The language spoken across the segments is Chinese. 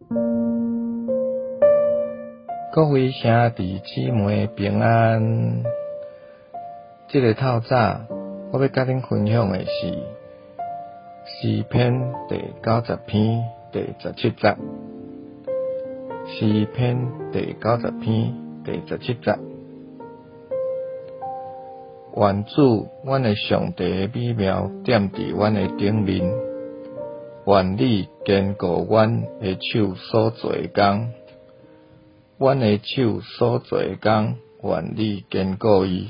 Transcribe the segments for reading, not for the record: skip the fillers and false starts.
各位兄弟姊妹平安。这个透早，我要甲恁分享的是诗篇第90篇第17节。诗篇第90篇第17节。愿主，阮的上帝美妙点伫阮的顶面，愿你坚固阮的手所做的工。阮的手所做的工，愿你坚固伊。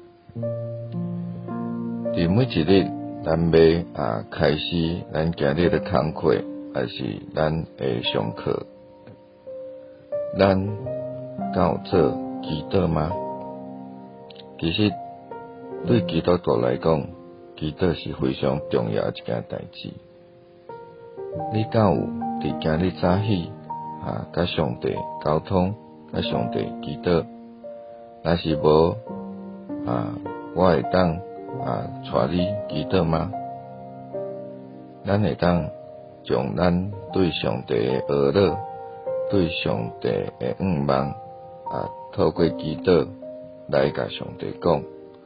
伫每一日，咱要开始咱今日的工课，还是咱的上课，咱敢有做祈祷吗？其实对基督徒来讲，祈祷是非常重要的一件代志。你敢有伫今日早起甲上帝沟通，甲上帝祈祷？若是无我会当带你祈祷吗？咱会当将咱对上帝的讹乐，对上帝的愿望透过祈祷来甲上帝讲。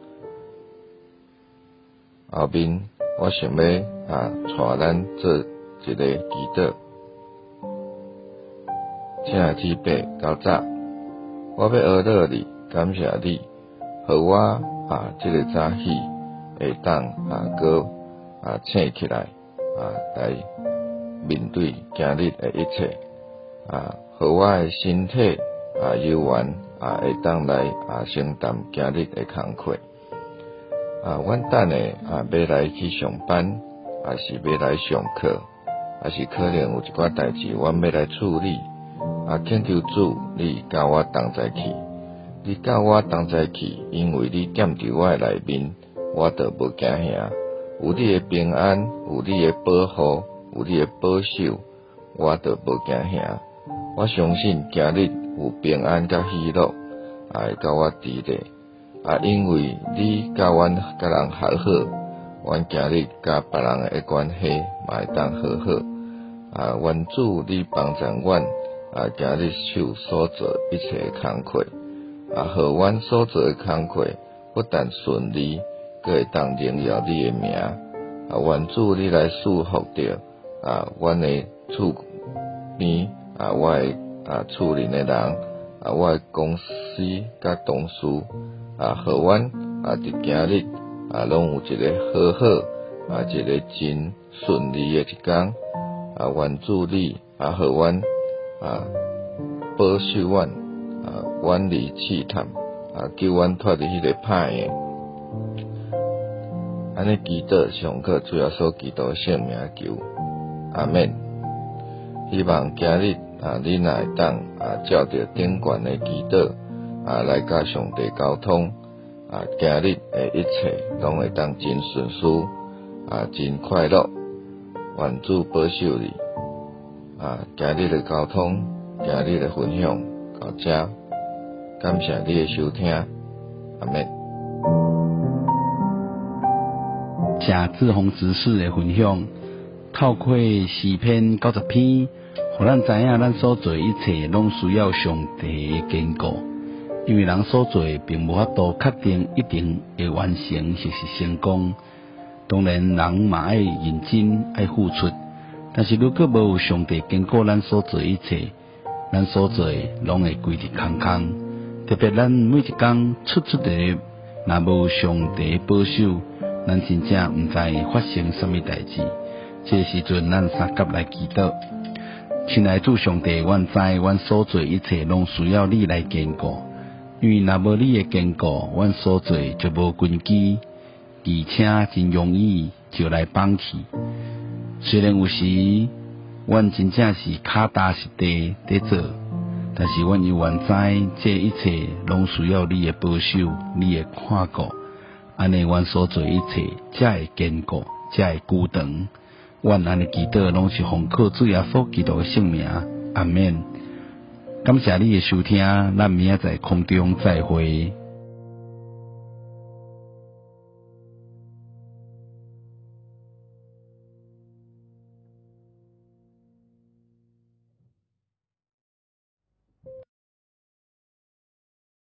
后面我想要带咱做一个祈祷。亲爱的姊妹到早，我要讹乐你，感谢你，互我这个早起会当搁醒起来来面对今日的一切，互我的身体有缘会当来承担今日的工课。阮等下要来去上班，还是要来上课，还是可能有一寡代志阮要来处理。请求主，你甲我同在去，你甲我同在去，因为你踮伫我的内面，我就无惊吓。有你的平安，有你的保护，有你的保守，我就无惊吓。我相信今日有平安甲喜乐，会甲我伫咧。因为你甲阮甲人和好，阮今日甲别人的关系嘛会当和好。愿主你帮助阮。今日手所做一切的工课，互阮所做的工课不但顺利，阁会当荣耀你的名。愿主你来祝福着阮的厝边我的厝邻的人，我的公司甲同事，互阮伫今日拢有一个好好一个真顺利的一天。愿主你互阮保守阮远离试探，救阮脱离迄个歹的。安尼祈祷上课主要所祈祷圣名求，阿们。希望今日你也会当照着顶悬的祈祷来甲上帝沟通，今日的一切拢会当真顺遂真快乐。愿主保守你。今日的沟通，今日的分享到这，感谢你的收听，阿们。 谢志宏执事的分享，透过诗篇90篇，互咱知影咱所做一切拢需要上帝的坚固，因为人所做并无法度确定一定会完成是成功。当然，人嘛爱认真爱付出。但是如果无有上帝坚固咱所做一切，咱所做拢会归伫空空。特别咱每一天出入，若无有上帝保守，咱真正毋知发生什么代志。这时阵，咱三甲来祈祷。亲爱的主上帝，阮知阮所做一切拢需要你来坚固，因为若无你的坚固，阮所做就无根基，而且真容易就来放弃。虽然有时阮真正是脚踏实地在做，但是阮又愿知这一切拢需要你的保守，你的看顾，安尼阮所做一切才会坚固，才会久长。阮安尼祈祷拢是奉靠主耶稣基督的圣名，阿们。感谢你的收听，咱明仔载空中再会。